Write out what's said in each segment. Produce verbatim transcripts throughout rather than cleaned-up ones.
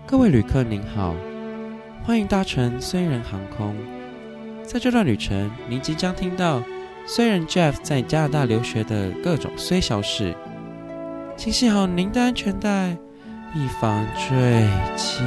各位旅客您好，欢迎搭乘虽然航空。在这段旅程，您即将听到虽然 Jeff 在加拿大留学的各种虽小事，请系好您的安全带，以防坠机。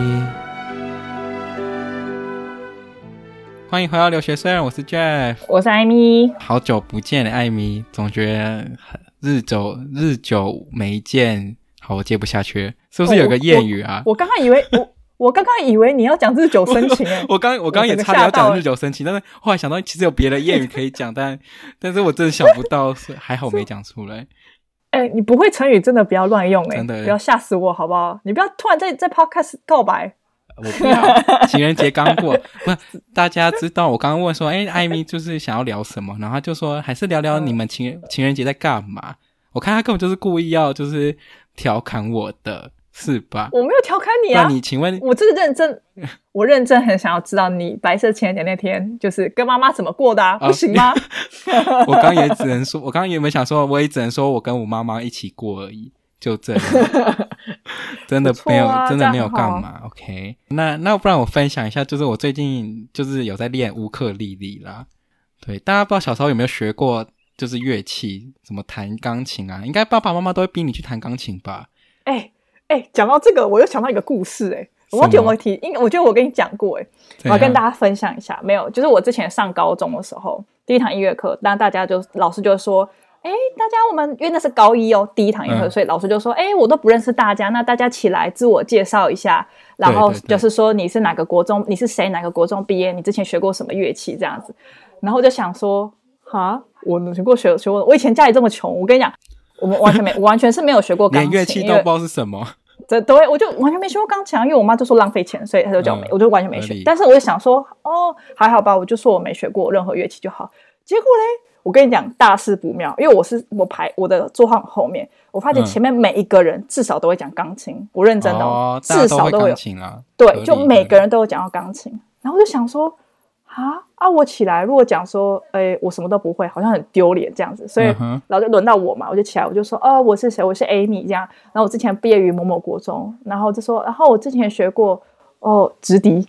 欢迎回到留学虽然，我是 Jeff， 我是艾米。 好久不见了，艾米，总觉得日久日久没见，好，我接不下去了，是不是有个谚语啊？ 我, 我, 我刚刚以为我我刚刚以为你要讲日久生情诶， 我刚我刚也差点要讲日久生情，但是后来想到其实有别的谚语可以讲，但但是我真的想不到，还好没讲出来。 哎、欸，你不会成语真的不要乱用哎、欸， 真的不要吓死我好不好？你不要突然在在 podcast 告白。 我不要，情人节刚过，不是大家知道我刚刚问说，哎、欸，艾米就是想要聊什么，然后他就说还是聊聊你们情情人节在干嘛。我看他根本就是故意要就是调侃我的，是吧？ 我没有调侃你啊， 那你请问， 我这是认真，我认真很想要知道你白色情人节那天就是跟妈妈怎么过的啊？哦、不行吗？ 我刚也只能说，我刚刚原本想说，我也只能说我跟我妈妈一起过而已。就这样真的没有、啊、真的没有干嘛 OK 那那不然我分享一下，就是我最近就是有在练乌克丽丽啦。对，大家不知道小时候有没有学过就是乐器，什么弹钢琴啊，应该爸爸妈妈都会逼你去弹钢琴吧。 哎哎，讲到这个我又想到一个故事。哎，我忘记有没有提，因为我觉得我跟你讲过。哎，我要跟大家分享一下。没有，就是我之前上高中的时候第一堂音乐课，当大家就老师就说，哎，大家我们因为那是高一哦，第一堂音乐课、嗯、所以老师就说，哎，我都不认识大家，那大家起来自我介绍一下，然后就是说你是哪个国中，你是谁，哪个国中毕业，你之前学过什么乐器这样子。然后我就想说，哈，我学过学学过，我以前家里这么穷，我跟你讲，我们完全没我完全是没有学过钢琴， 连乐器都不知道是什么。 对，我就完全没学过钢琴，因为我妈就说浪费钱，所以她就叫我没、嗯、我就完全没学。但是我就想说，哦，还好吧，我就说我没学过任何乐器就好。结果嘞，我跟你讲，大事不妙，因为我是我排我的座号后面，我发现前面每一个人至少都会讲钢琴、嗯，我认真的、哦，至少都会有钢琴啊。对，就每个人都有讲到钢琴，然后我就想说，啊啊，我起来如果讲说，哎，我什么都不会，好像很丢脸这样子，所以、嗯、然后就轮到我嘛，我就起来，我就说，哦，我是谁？我是 Amy 这样。然后我之前毕业于某某国中，然后就说，然后我之前学过哦直笛。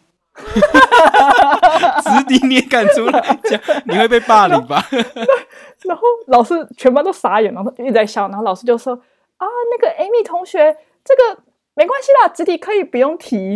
直笛你也敢出来讲，你会被霸凌吧？ 然后老师全班都傻眼，然后一直在笑，然后老师就说啊，那个 Amy 同学，这个没关系啦，直笛可以不用提。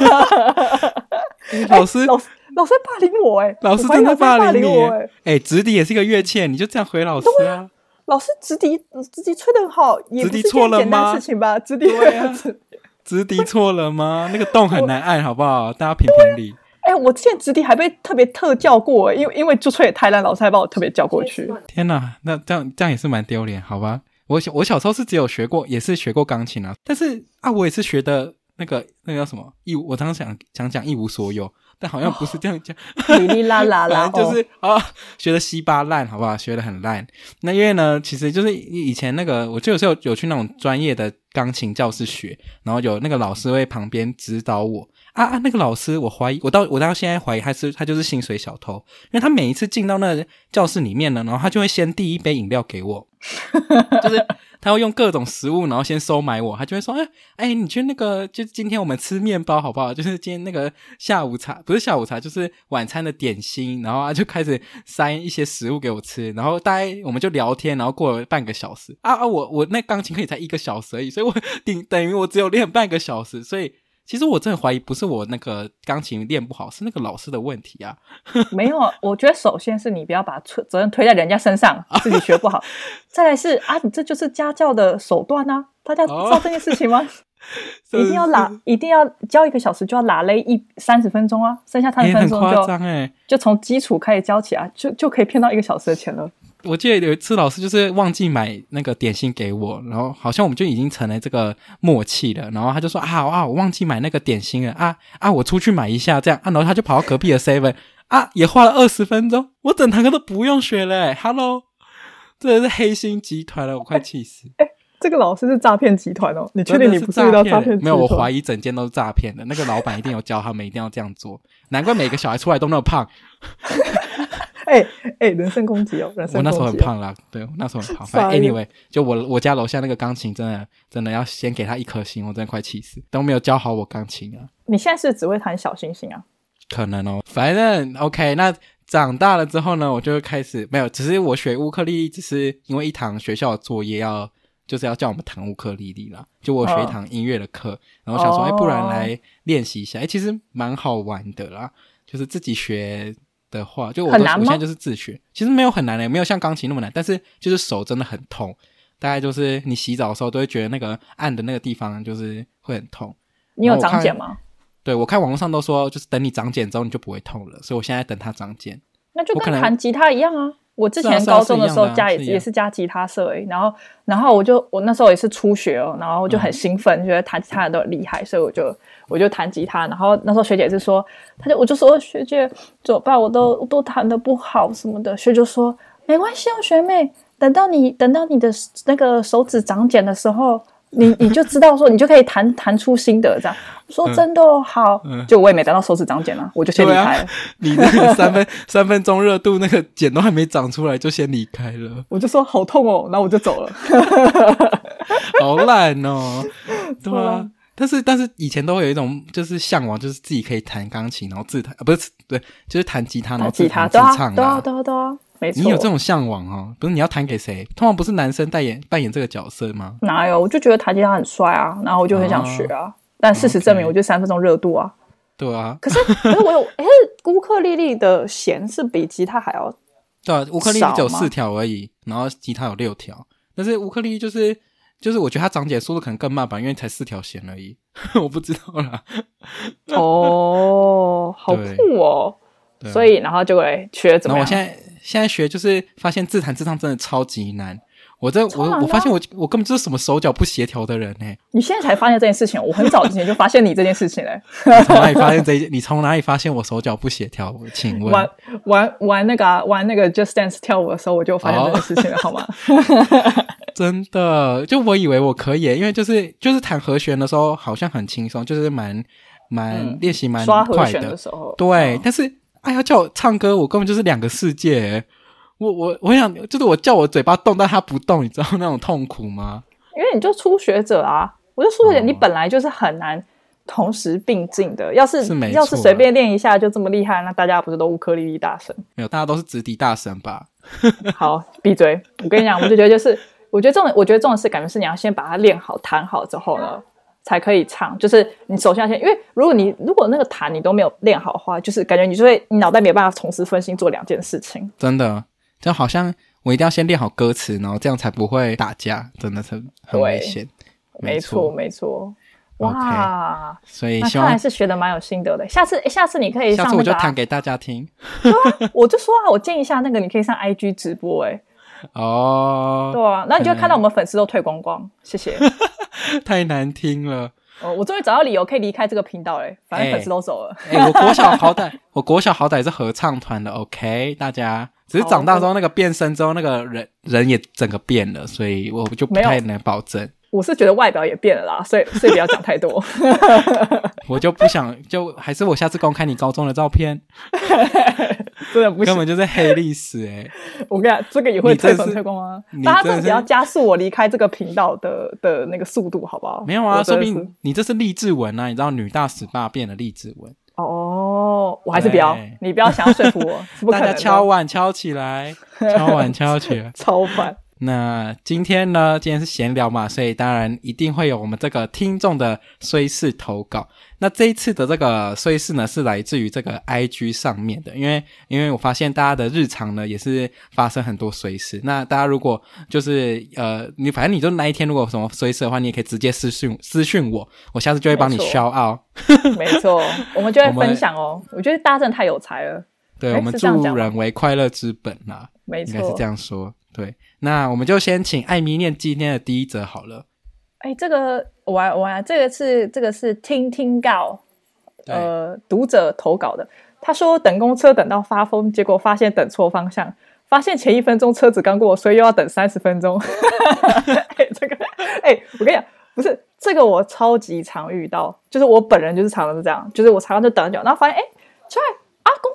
老师、欸、 老师老师在霸凌我。哎、欸， 老师真的霸凌你。哎、欸，直笛也是一个乐器，你就这样回老师啊？啊老师直笛直笛吹得很好，也不是一件简单的事情吧？直笛对啊。直笛错了吗？那个洞很难按，好不好？大家评评理。 哎、欸，我之前直笛还被特别特叫过，因为因为就吹也太烂，老师还把我特别叫过去。 天哪，那这样这样也是蛮丢脸，好吧？我小我小时候是只有学过，也是学过钢琴啊，但是啊，我也是学的那个那个叫什么一，我常常想想讲一无所有，但好像不是这样讲， 哩哩啦啦啦， 就是啊、哦，学的稀巴烂，好不好？学的很烂。那因为呢，其实就是以前那个，我就有时候有去那种专业的钢琴教室学，然后有那个老师会旁边指导我啊啊，那个老师我怀疑，我到我到现在怀疑他是他就是薪水小偷，因为他每一次进到那个教室里面呢，然后他就会先递一杯饮料给我，就是他会用各种食物，然后先收买我，他就会说，哎哎，你去那个，就是今天我们吃面包好不好？就是今天那个下午茶，不是下午茶，就是晚餐的点心，然后他就开始塞一些食物给我吃，然后大概我们就聊天，然后过了半个小时啊啊，我我那钢琴可以才一个小时而已，所以我等等于我只有练半个小时，所以。其实我真的怀疑不是我那个钢琴练不好，是那个老师的问题啊。 没有，我觉得首先是你不要把责任推在人家身上，自己学不好。再来是啊，你这就是家教的手段啊，大家知道这件事情吗？哦、一定要拉，一定要教一个小时就要拉勒一三十分钟啊，剩下三十分钟就、欸、很夸张欸、就从基础开始教起啊，就就可以骗到一个小时的钱了。 我记得有一次老师就是忘记买那个点心给我，然后好像我们就已经成了这个默契了，然后他就说啊啊我忘记买那个点心了啊啊我出去买一下这样啊，然后他就跑到隔壁的 seven 啊也花了二十分钟，我整堂课都不用学了、欸、Hello 这是黑心集团了，我快气死。 欸欸这个老师是诈骗集团哦，你确定你不是遇到诈骗集团？ 没有，我怀疑整间都是诈骗的，那个老板一定有教他们一定要这样做，难怪每个小孩出来都那么胖。 哎、 哎哎，人身攻击哦，人身攻击、哦。 我那时候很胖啦，对，我那时候很胖。反正 anyway， 就我我家楼下那个钢琴真的真的要先给他一颗星，我真的快气死，都没有教好我钢琴啊。 你现在是只会弹小星星啊？ 可能哦，反正 OK。那长大了之后呢，我就开始没有，只是我学乌克丽丽，只是因为一堂学校的作业要就是要叫我们弹乌克丽丽啦，就我学一堂音乐的课，哦、然后想说，哎、欸，不然来练习一下，哎、欸，其实蛮好玩的啦，就是自己学。的话，就我都我现在就是自学，其实没有很难的，没有像钢琴那么难，但是就是手真的很痛，大概就是你洗澡的时候都会觉得那个按的那个地方就是会很痛。 你有长茧吗？ 对，我看网络上都说，就是等你长茧之后你就不会痛了，所以我现在等它长茧。 那就跟弹吉他一样啊！我之前高中的时候加也也是加吉他社而已，然后然后我就我那时候也是初学哦，然后我就很兴奋，嗯、觉得弹吉他的都很厉害，所以我就我就弹吉他。然后那时候学姐是说，她就我就说学姐怎么办？我都我都弹得不好什么的。学姐就说没关系哦，学妹，等到你等到你的那个手指长茧的时候。你你就知道说你就可以弹弹出新的这样，我说真的、哦、好、嗯，就我也没等到手指长茧了，我就先离开了。啊、 你那个三分三分钟热度，那个茧都还没长出来就先离开了， 我就说好痛哦，然后我就走了。 好懒哦，对啊。但是但是以前都会有一种就是向往，就是自己可以弹钢琴，然后自弹啊不是对，就是弹吉他，然后自弹自唱对啊对啊对啊。没错， 你有这种向往哦？不是你要弹给谁？通常不是男生代言扮演这个角色吗？ 哪有？我就觉得弹吉他很帅啊，然后我就很想学啊。哦、但事实证明，我就三分钟热度啊。 对啊。 可是可是我有，哎，乌克丽丽的弦是比吉他还要对啊，乌克丽丽只有四条而已，然后吉他有六条。但是乌克丽丽就是就是，我觉得它长茧速度可能更慢吧，因为才四条弦而已。我不知道啦。 哦，好酷哦！所以然后就会学怎么样？ 然后我现在。现在学就是发现自弹自唱真的超级难，我这我我发现我我根本就是什么手脚不协调的人呢、欸。 你现在才发现这件事情，我很早之前就发现你这件事情嘞。 你从哪里发现这一？你从哪里发现我手脚不协调？请问玩玩玩那个、啊、玩那个 Just Dance 跳舞的时候，我就发现这件事情了，好吗？ 真的，就我以为我可以，因为就是就是弹和弦的时候好像很轻松，就是蛮蛮练习蛮快的。 刷和弦的时候， 对，嗯、但是。哎呀，叫我唱歌，我根本就是两个世界。我我我想，就是我叫我嘴巴动，但他不动，你知道那种痛苦吗？ 因为你就初学者啊，我就初学者、哦，你本来就是很难同时并进的。要是, 是要是随便练一下就这么厉害，那大家不是都乌克丽丽大神？ 没有，大家都是直笛大神吧？ 好，闭嘴！我跟你讲，我就觉得就是，我觉得这种，我觉得这种事，感觉是你要先把它练好、弹好之后呢。才可以唱，就是你首先要先，因为如果你如果那个弹你都没有练好的话，就是感觉你就会你脑袋没有办法同时分心做两件事情。 真的，就好像我一定要先练好歌词，然后这样才不会打架，真的是很危险。 没错，没错。哇， okay, 所以希望那看来是学的蛮有心得的。下次下次你可以上、那個啊， 下次我就弹给大家听。 对啊，我就说啊，我建议一下那个你可以上 I G 直播、欸，哎。 哦， 对啊，那你就会看到我们粉丝都退光光，谢谢。 太难听了。 哦，我终于找到理由可以离开这个频道嘞，反正粉丝都走了。 哎、欸欸，我国小好歹，我国小好歹是合唱团的 ，OK， 大家只是长大之后那个变声之后，那个人人也整个变了，所以我就不太能保证。 我是觉得外表也变了啦，所以所以不要讲太多。 我就不想，就还是我下次公开你高中的照片。 真的不行， 根本就是黑历史哎、欸！ 我跟你讲，这个也会退粉退光吗？大家真的只要加速我离开这个频道的的那个速度，好不好？ 没有啊，说明你这是励志文啊！你知道女大十八变的励志文哦，我还是不要，你不要想要说服我，是不可能的。 大家敲碗敲起来，敲碗敲起来， 超烦。 那今天呢？今天是闲聊嘛，所以当然一定会有我们这个听众的衰事投稿。那这一次的这个衰事呢，是来自于这个 I G 上面的，因为因为我发现大家的日常呢也是发生很多衰事。那大家如果就是呃，你反正你就那一天如果有什么衰事的话，你也可以直接私讯私讯我，我下次就会帮你 shout out。 没错，我们就会分享哦。我, 我觉得大家真的太有才了。 对，我们助人为快乐之本啦， 没错， 应该是这样说。对，那我们就先请艾咪念今天的第一则好了。 哎，这个我来我来，这个是这个是听听告，呃，读者投稿的。他说等公车等到发疯，结果发现等错方向，发现前一分钟车子刚过，所以又要等三十分钟。哎，这个，哎，我跟你讲，不是这个，我超级常遇到，就是我本人就是常常是这样，就是我常常就等很久，然后发现哎，出来啊，公车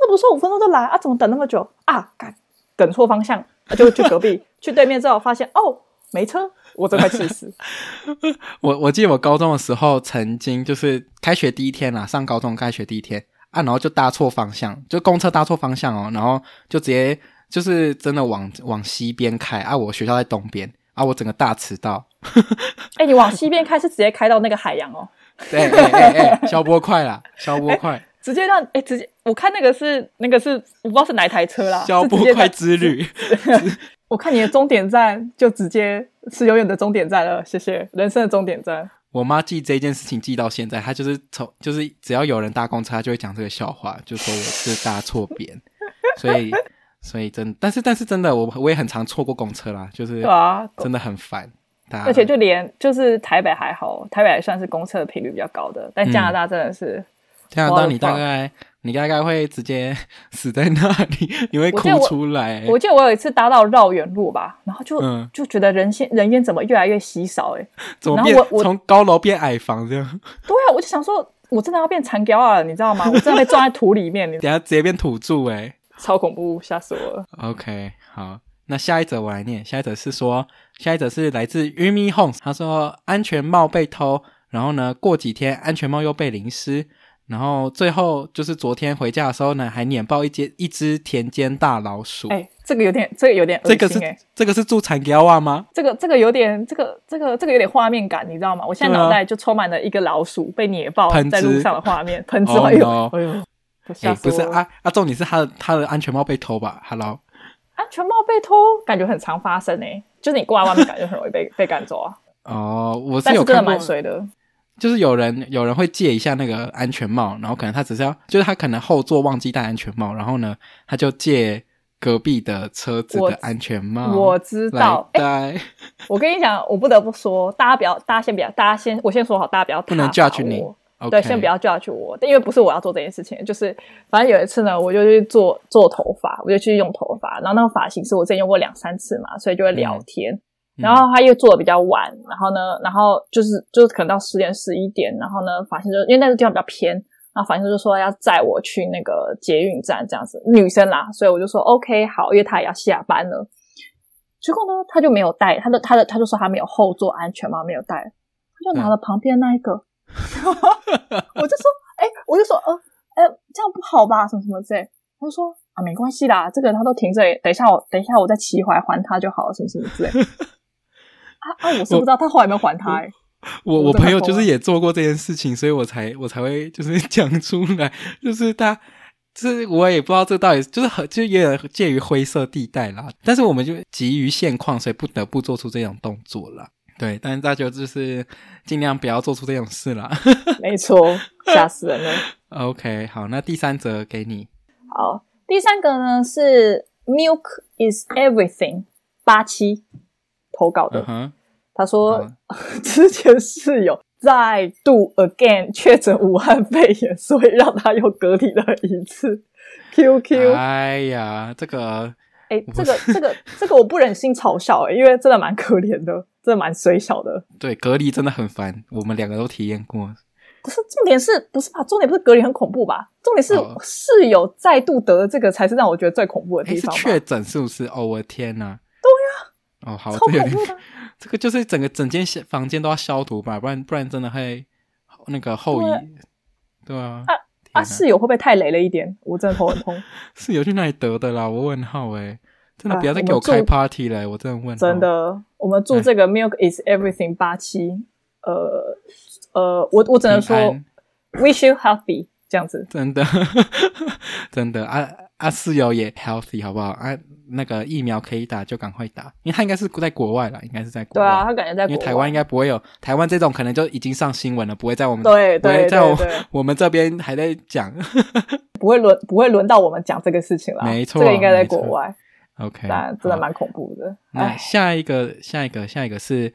不是说五分钟就来啊？怎么等那么久啊？干等错方向，啊、就去隔壁去对面之后发现哦没车，我真快气死。 我我记得我高中的时候曾经就是开学第一天啦，上高中开学第一天啊，然后就搭错方向，就公车搭错方向哦，然后就直接就是真的往往西边开啊，我学校在东边啊，我整个大迟到。 哎、欸，你往西边开是直接开到那个海洋哦？ 对，哎哎哎，消波快啦，消波快。欸直接让哎、欸，直接我看那个是那个是我不知道是哪一台车啦， 消波快之旅。 我看你的终点站就直接是永远的终点站了，谢谢，人生的终点站。 我妈记这件事情记到现在，她就是从就是只要有人搭公车，她就会讲这个笑话，就说我是搭错边，所以所以真，但是但是真的，我我也很常错过公车啦，就是真的很烦。啊、 而且就连就是台北还好，台北还算是公车的频率比较高的，但加拿大真的是。嗯加拿大你大概你大概会直接死在那里，你会哭出来。 我, 我记得我有一次搭到绕远路吧，然后就、 嗯、 就觉得人烟人烟怎么越来越稀少哎、欸， 怎么变从高楼变矮房这样？ 对啊，我就想说，我真的要变残雕啊，你知道吗？我真的被撞在土里面， 等一下直接变土著哎、欸， 超恐怖，吓死我了。 OK， 好，那下一则我来念，下一则是说，下一则是来自 Yumi Homes， 他说安全帽被偷，然后呢过几天安全帽又被淋湿。然后最后就是昨天回家的时候呢，还碾爆一只一只田间大老鼠。 哎，这个有点，这个有点恶心、欸。 这个是这个是住产胶啊吗？ 这个这个有点，这个这个这个有点画面感，你知道吗？我现在脑袋就充满了一个老鼠被碾爆在路上的画面，喷汁，哎呦、oh, no. 哎呦，吓死我了！ 不是啊啊，重点是他的他的安全帽被偷吧 ？Hello， 安全帽被偷，感觉很常发生诶、欸，就是你挂在外面，感觉很容易被被赶走啊。 哦，我是有看过， 但是真的蛮衰的。 就是有人有人会借一下那个安全帽，然后可能他只是要，就是他可能后座忘记戴安全帽，然后呢，他就借隔壁的车子的安全帽。 我, 我知道， 哎， 我跟你讲，我不得不说，大家不要，大家先不要，大家先，我先说好，大家不要不能 judge 你， okay. 对，先不要 judge 我，因为不是我要做这件事情，就是反正有一次呢，我就去做做头发，我就去用头发，然后那个发型师我之前用过两三次嘛，所以就会聊天。嗯然后他又做的比较晚，然后呢，然后就是就是可能到十点十一点，然后呢，发型就因为那个地方比较偏，然后发型就说要载我去那个捷运站这样子，女生啦，所以我就说 OK 好，因为他也要下班了。结果呢，他就没有戴，他的他的他就说他没有后座安全帽没有戴，他就拿了旁边那一个，嗯、我就说哎、欸，我就说呃哎、欸、这样不好吧，什么什么之类，他就说啊没关系啦，这个他都停这里，等一下我等一下我再骑回来还他就好了，什么什么之类。啊啊！我是不知道他后来有没有还他、欸。 我我朋友就是也做过这件事情，所以我才我才会就是讲出来，就是他，就是我也不知道这到底就是很就有点介于灰色地带啦。但是我们就急于现况，所以不得不做出这种动作啦。对，但是大家就是尽量不要做出这种事啦。 没错，吓死人了。 OK， 好，那第三则给你。 好，第三个呢是 Milk is Everything 八七。投稿的、uh-huh. 他说、uh-huh. 之前室友再度 again 确诊武汉肺炎，所以让他又隔离了一次 Q Q。 哎呀这个哎，这个这个这个我不忍心嘲笑、欸、因为真的蛮可怜的，真的蛮衰小的。 对，隔离真的很烦，我们两个都体验过。 不是重点是不是吧？重点不是隔离很恐怖吧？重点是室友再度得这个才是让我觉得最恐怖的地方吧。 是确诊是不是？哦，我的天哪！ 对呀、 啊。哦，好， 超恐怖的。 这个就是整个整间房间都要消毒吧，不然不然真的会那个后遗。对啊。 啊啊！室友会不会太雷了一点？我真的头很痛。 室友去哪里得的啦？我问号哎、欸，真的不要再给我开 party 了、欸，我真的问号。 真的，我们住这个 Milk is Everything 八七，呃呃，我我只能说 wish you healthy 这样子。 真的，真的啊啊！室友也 healthy 好不好啊？那个疫苗可以打就赶快打，因为他应该是在国外啦，应该是在国外。 对啊，他感觉在国外。 因为台湾应该不会有，台湾这种可能就已经上新闻了，不会在我们对对对对， 在我我们这边还在讲， 不会轮不会轮到我们讲这个事情了。 没错， 这个应该在国外。 OK， 但真的蛮恐怖的。 那下一个下一个下一个是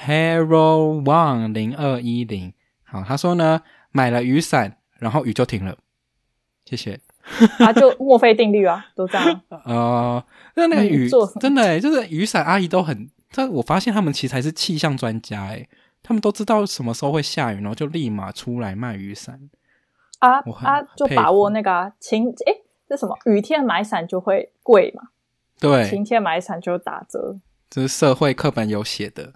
Hero One 零二一零，好，他说呢买了雨伞，然后雨就停了，谢谢。 啊，就墨菲定律啊，都这样。 呃，那那个雨真的欸，就是雨伞阿姨都很，这我发现他们其实才是气象专家诶，他们都知道什么时候会下雨，然后就立马出来卖雨伞。 啊啊，就把握那个啊晴诶这什么雨天买伞就会贵嘛， 对， 晴天买伞就打折， 这是社会课本有写的。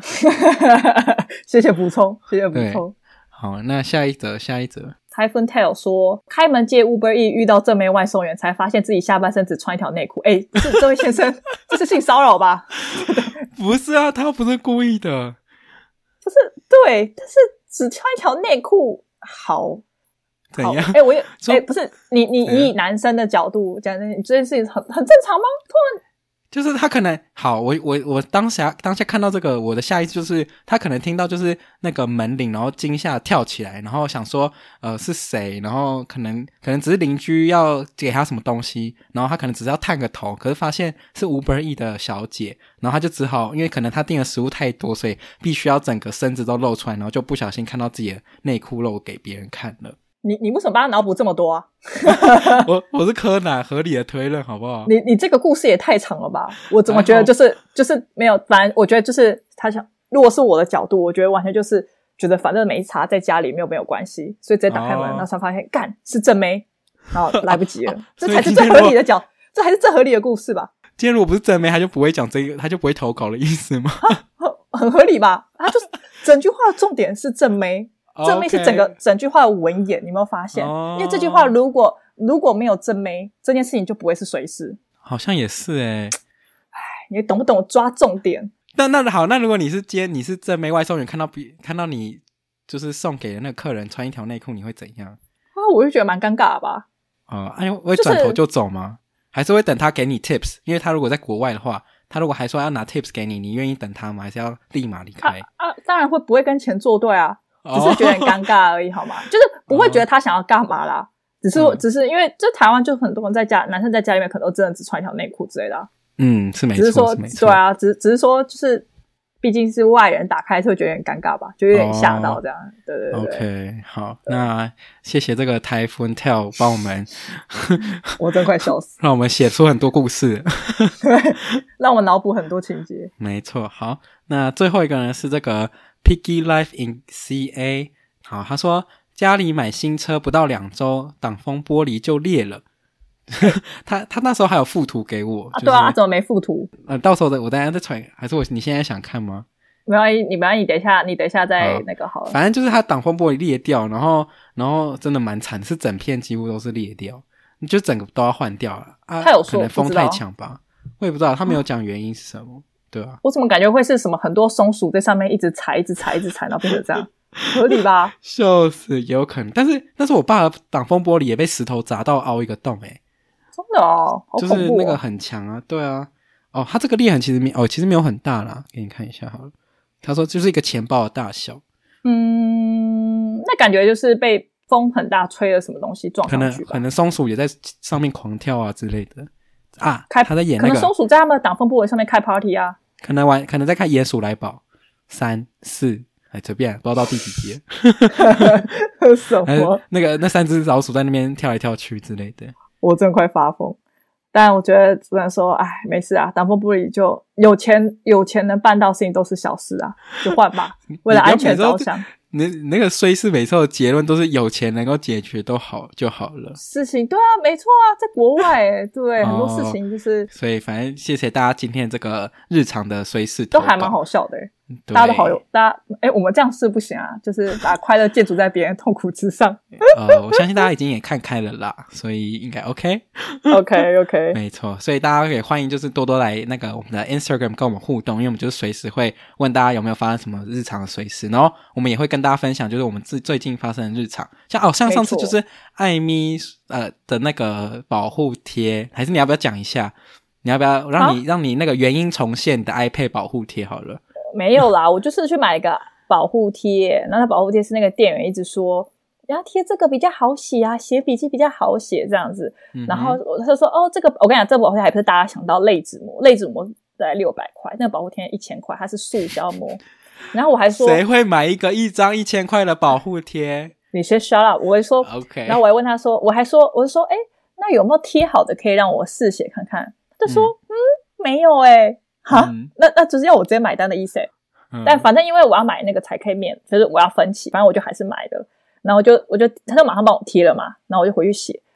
谢谢补充，谢谢补充。 好，那下一则，下一则。 Typhoon Tail 说，开门接 Uber E 遇到正妹外送员，才发现自己下半身只穿一条内裤。哎，这这位先生，这是性骚扰吧？ 不是啊，他不是故意的。 不是，对，但是只穿一条内裤，好。 怎样？ 哎，我也哎，不是你，你以男生的角度讲，这件事情很很正常吗？突然。 就是他可能好，我我我当下当下看到这个，我的下意识就是他可能听到就是那个门铃，然后惊吓跳起来，然后想说呃是谁，然后可能可能只是邻居要给他什么东西，然后他可能只是要探个头，可是发现是 Uber E 的小姐，然后他就只好因为可能他订的食物太多，所以必须要整个身子都露出来，然后就不小心看到自己的内裤露给别人看了。 你你为什么帮他脑补这么多啊？ 我我是柯南，合理的推论好不好？ 你你这个故事也太长了吧？我怎么觉得就是就是没有，反正我觉得就是他想，如果是我的角度，我觉得完全就是觉得反正没差，在家里没有没有关系，所以直接打开门，然后才发现干是正妹，然后来不及了，这才是最合理的角，这还是最合理的故事吧？ 今天如果不是正妹，他就不会讲这个，他就不会投稿的意思吗？ 很合理吧？他就是整句话的重点是正妹。正妹是整个、okay. 整句话的文眼，你有没有发现？ Oh. 因为这句话如果如果没有正妹，这件事情就不会是随事。 好像也是诶、欸、 你懂不懂抓重点？ 那那好，那如果你是今天你是正妹外送员，看到看到你就是送给的那个客人穿一条内裤，你会怎样？ 啊，我就觉得蛮尴尬的吧。 啊、呃，哎，会转头就走吗？就是、还是会等他给你 tips？ 因为他如果在国外的话，他如果还说要拿 tips 给你，你愿意等他吗？还是要立马离开？ 啊啊，当然会不会跟钱作对啊。只是觉得很尴尬而已，好吗？就是不会觉得他想要干嘛啦，只是、嗯、只是因为这台湾就很多人在家，男生在家里面可能都真的只穿一条内裤之类的、啊。 嗯，是没错， 只是说是没错对啊，只只是说就是毕竟是外人，打开是会觉得有点尴尬吧，就有点吓到这样。哦、对对对 ，OK， 好，那谢谢这个 Typhoon Tail 帮我们， 我真快笑死， 让我们写出很多故事， 对，让我们脑补很多情节。 没错，好，那最后一个呢是这个。Piggy Life in C A 好，他说家里买新车不到两周，挡风玻璃就裂了。他他那时候还有附图给我， 啊、对啊，他怎么没附图？ 呃，到时候我等一下再传，还是我你现在想看吗？ 没关系，你没关系，你等一下，你等一下再那个好了。 反正就是他挡风玻璃裂掉，然后然后真的蛮惨，是整片几乎都是裂掉，就整个都要换掉了啊。 他有说可能风太强吧，我也不知道，他没有讲原因是什么。对啊， 我怎么感觉会是什么很多松鼠在上面一直踩一直踩一直踩，然后变成这样，合理吧？ 笑死，也有可能。但是但是我爸的挡风玻璃也被石头砸到凹一个洞。欸， 真的哦，好恐怖哦， 就是那个很强啊。对啊，哦，它这个裂痕其实没哦，其实没有很大啦，给你看一下好了。他说就是一个钱包的大小。 嗯，那感觉就是被风很大吹了什么东西撞上去吧，可能可能松鼠也在上面狂跳啊之类的。啊， 开他在演那个， 可能松鼠在他们的挡风玻璃上面开 party 啊， 可能玩，可能在看野鼠来宝三四，哎，随便，不知道到第几集。 什么？ 那个那三只老鼠在那边跳来跳去之类的， 我真的快发疯。但我觉得只能说，哎，没事啊，挡风玻璃就有钱，有钱能办到事情都是小事啊，就换吧，为了安全着想。 那那个虽是每次的结论都是有钱能够解决都好就好了。 事情对啊，没错啊，在国外诶对、哦、很多事情就是， 所以反正谢谢大家今天这个日常的虽事都还蛮好笑的诶大家都好有大家诶我们这样是不行啊，就是把快乐建筑在别人痛苦之上。 呃，我相信大家已经也看开了啦，所以应该 OK OK OK 没错，所以大家可以欢迎就是多多来那个我们的 Instagram 跟我们互动，因为我们就是随时会问大家有没有发生什么日常的随事，然后我们也会跟大家分享就是我们自最近发生的日常，像哦像上次就是艾咪呃的那个保护贴，还是你要不要讲一下？你要不要让你、啊、让你那个原因重现你的 iPad 保护贴好了？ 没有啦，我就是去买一个保护贴，那它保护贴是那个店员一直说要贴这个比较好写啊，写笔记比较好写这样子，嗯、然后他就说哦，这个我跟你讲，这个保护贴还不是大家想到类纸膜，类纸膜大概六百块，那个保护贴一千块，它是塑胶膜。然后我还说， 谁会买一个一张一千块的保护贴？ 你先 shut up， 我会说 OK。 然后我还问他说，我还说，我就说，哎，那有没有贴好的可以让我试写看看？他说，嗯，嗯没有哎、欸，哈、嗯，那那就是要我直接买单的意思哎、欸嗯。但反正因为我要买那个才可以免，就是我要分期，反正我就还是买的。然后我就我就他就马上帮我贴了嘛，然后我就回去写。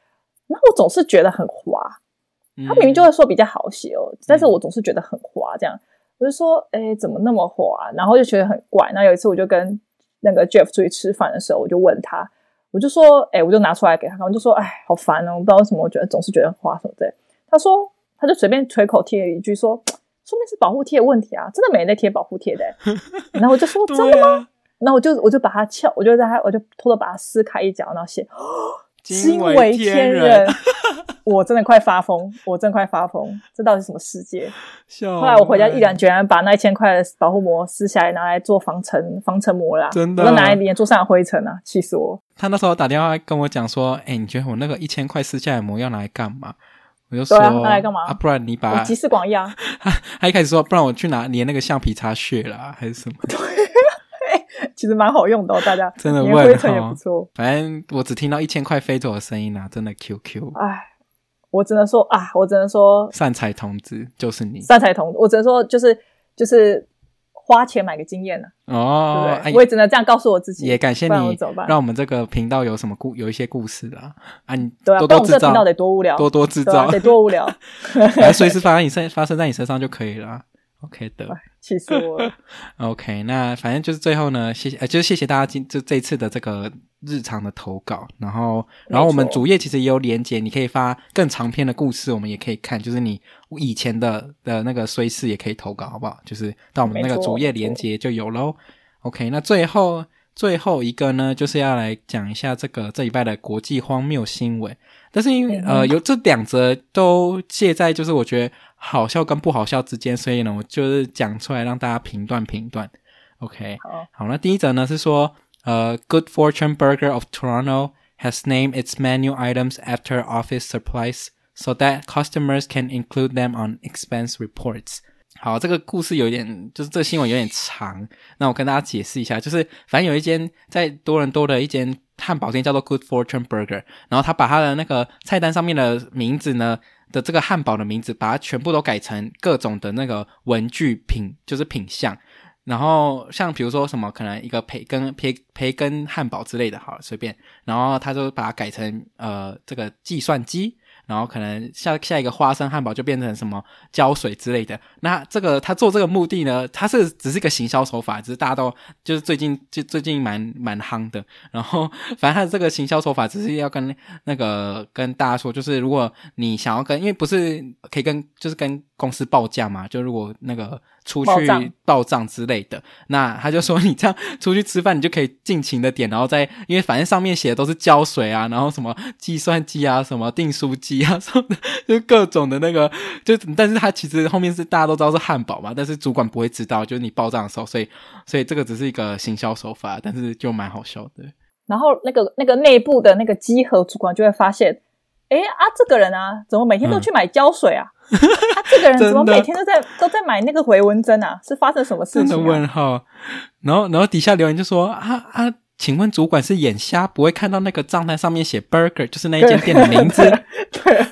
然后我总是觉得很滑，他明明就会说比较好写哦，嗯、但是我总是觉得很滑，这样我就说，哎，怎么那么滑？然后就觉得很怪。然后有一次我就跟那个 Jeff 出去吃饭的时候，我就问他，我就说，哎，我就拿出来给他看，我就说，哎，好烦哦，我不知道为什么，我觉得总是觉得很滑什么之类。他说，他就随便随口贴了一句说，说明是保护贴的问题啊，真的没人在贴保护贴的。然后我就说，真的吗？啊、然后我就我就把它撬，我就在他，我就偷偷把它撕开一角，然后写。惊为天人，我真的快发疯，我真的快发疯，这到底是什么世界？后来我回家毅然决然把那一千块的保护膜撕下来，拿来做防尘防尘膜啦， 真的， 我都拿来连桌上的灰尘啊，气死我！ 他那时候打电话跟我讲说：“哎、欸，你觉得我那个一千块撕下来的膜要拿来干嘛？”我就说：“ 对啊，拿来干嘛？ 啊，不然你把集思广益啊。 他”他一开始说：“不然我去拿连那个橡皮擦屑啦，还是什么？” 对。其实蛮好用的哦，大家真的问灰尘也不错。 反正我只听到一千块飞走的声音啊，真的 Q Q。 哎，我只能说啊，我只能说善财童子就是你。 善财童子，我只能说就是就是花钱买个经验呢、啊。哦，对不对？哎、我也只能这样告诉我自己。 也感谢你，让我们这个频道有什么故有一些故事啦。啊，你多多制造，对啊，不然我们这个频道得多无聊，多多制造，啊、得多无聊。 随时发生你身发生在你身上就可以了。OK 的， 气死我了。 OK， 那反正就是最后呢，谢谢，呃，就是谢谢大家今就这一次的这个日常的投稿，然后，然后我们主页其实也有连结，你可以发更长篇的故事，我们也可以看，就是你以前的的那个衰事也可以投稿，好不好？就是到我们那个主页连结就有咯。OK， 那最后最后一个呢，就是要来讲一下这个这礼拜的国际荒谬新闻，但是因为呃有这两则都介在就是我觉得好笑跟不好笑之间，所以呢我就是讲出来让大家评断评断。OK， 好，好，那第一则呢是说呃 Good Fortune Burger of Toronto has named its menu items after office supplies so that customers can include them on expense reports。好，这个故事有点就是这个新闻有点长，那我跟大家解释一下，就是反正有一间在多伦多的一间汉堡店叫做 Good Fortune Burger， 然后他把他的那个菜单上面的名字呢的这个汉堡的名字把它全部都改成各种的那个文具品，就是品项，然后像比如说什么可能一个培根培培根汉堡之类的，好了随便，然后他就把它改成呃这个计算机，然后可能下下一个花生汉堡就变成什么胶水之类的。那这个他做这个目的呢，他是只是一个行销手法，只是大家都就是最近就最近蛮蛮夯的。然后反正他的这个行销手法只是要跟那个跟大家说，就是如果你想要跟，因为不是可以跟就是跟公司报价嘛，就如果那个出去报账之类的，那他就说你这样出去吃饭你就可以尽情的点，然后再因为反正上面写的都是胶水啊，然后什么计算机啊，什么订书机啊什么的，就各种的那个，就但是他其实后面是大家都知道是汉堡嘛，但是主管不会知道，就是你报账的时候，所以所以这个只是一个行销手法，但是就蛮好笑的。 然后那个那个内部的那个稽核主管就会发现，诶啊这个人啊怎么每天都去买胶水啊、嗯、啊这个人怎么每天都在都在买那个回纹针啊，是发生什么事情、啊、 真的问号。然后然后底下留言就说啊啊请问主管是眼瞎不会看到那个账单上面写 burger 就是那一间店的名字？ 对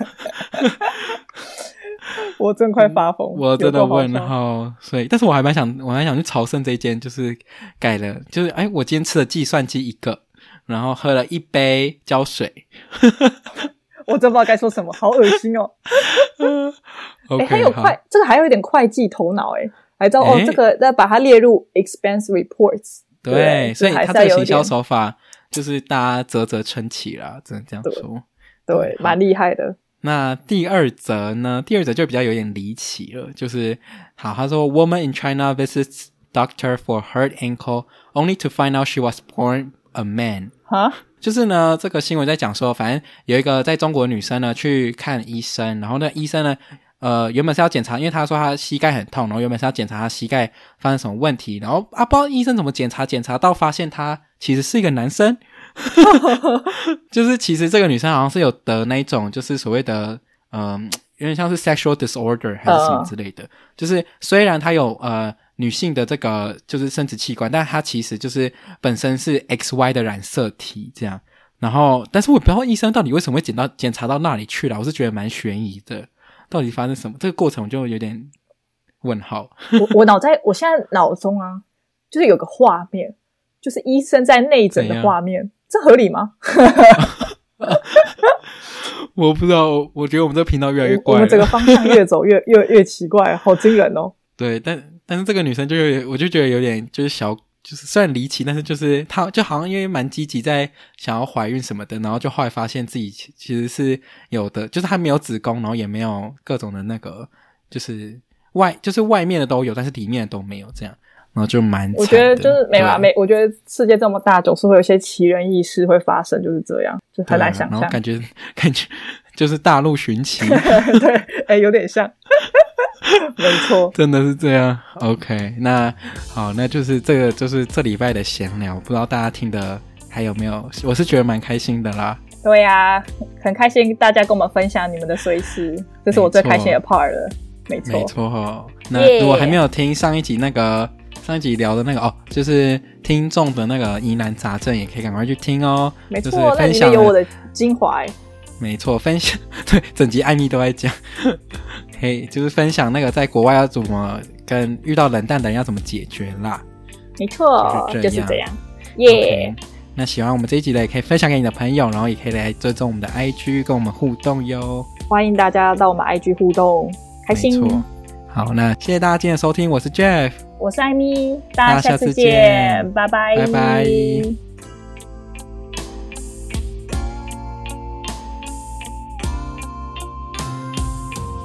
我真快发疯、 嗯、我真的问号。所以但是我还蛮想我还想去朝圣这一间，就是改了，就是哎我今天吃了计算机一个，然后喝了一杯胶水我真不知道该说什么，好恶心哦。 okay, 欸、还有会这个还有一点会计头脑诶，还知道、欸、哦，这个再把它列入 expense reports。 对，对所以他这个行销手法就是大家啧啧称奇啦，只能这样说。 对，对蛮厉害的。 那第二则呢？第二则就比较有点离奇了，就是好，他说 Woman in China visits doctor for hurt ankle only to find out she was born a man。 哈？ 就是呢，这个新闻在讲说，反正有一个在中国的女生呢去看医生，然后那医生呢，呃，原本是要检查，因为他说他膝盖很痛，然后原本是要检查他膝盖发生什么问题，然后啊，不知道医生怎么检查，检查到发现他其实是一个男生，就是其实这个女生好像是有得那一种，就是所谓的，嗯、呃，有点像是 sexual disorder 还是什么之类的， uh. 就是虽然她有呃。女性的这个就是生殖器官，但她其实就是本身是 X Y 的染色体这样，然后但是我不知道医生到底为什么会检到检查到那里去了，我是觉得蛮悬疑的，到底发生什么这个过程我就有点问号。 我我脑在我现在脑中啊就是有个画面，就是医生在内诊的画面，这合理吗？ 我不知道，我觉得我们这个频道越来越怪了， 我们这个方向越走越越越奇怪，好惊人哦。 对，但但是这个女生就有点，我就觉得有点就是小，就是虽然离奇，但是就是她就好像因为蛮积极在想要怀孕什么的，然后就后来发现自己其实是有的，就是她没有子宫，然后也没有各种的那个，就是外就是外面的都有，但是里面的都没有这样。然后就蛮惨的， 我觉得就是没有啊，没，我觉得世界这么大，总是会有一些奇人异事会发生，就是这样，就很难想象。 然后感觉感觉就是大陆寻奇， 对，哎、欸，有点像，没错， 真的是这样。OK， 那好，那就是这个就是这礼拜的闲聊，不知道大家听的还有没有？我是觉得蛮开心的啦。 对呀、啊，很开心大家跟我们分享你们的碎事，这是我最开心的 part 了。没错， 没错哦。那如果还没有听上一集那个。上一集聊的那个哦，就是听众的那个疑难杂症，也可以赶快去听哦。 没错， 就是分享那里面有我的精华。 没错，分享对整集艾米都在讲，嘿，就是分享那个在国外要怎么跟遇到冷淡的人要怎么解决啦。 没错， 就是这样。 就是这样耶、 yeah 。那喜欢我们这一集的，也可以分享给你的朋友，然后也可以来追踪我们的 I G 跟我们互动哟。 欢迎大家到我们 I G 互动，开心。 没错。好，那谢谢大家今天的收听，我是 Jeff， 我是艾米，大家下次见，拜拜， 拜拜。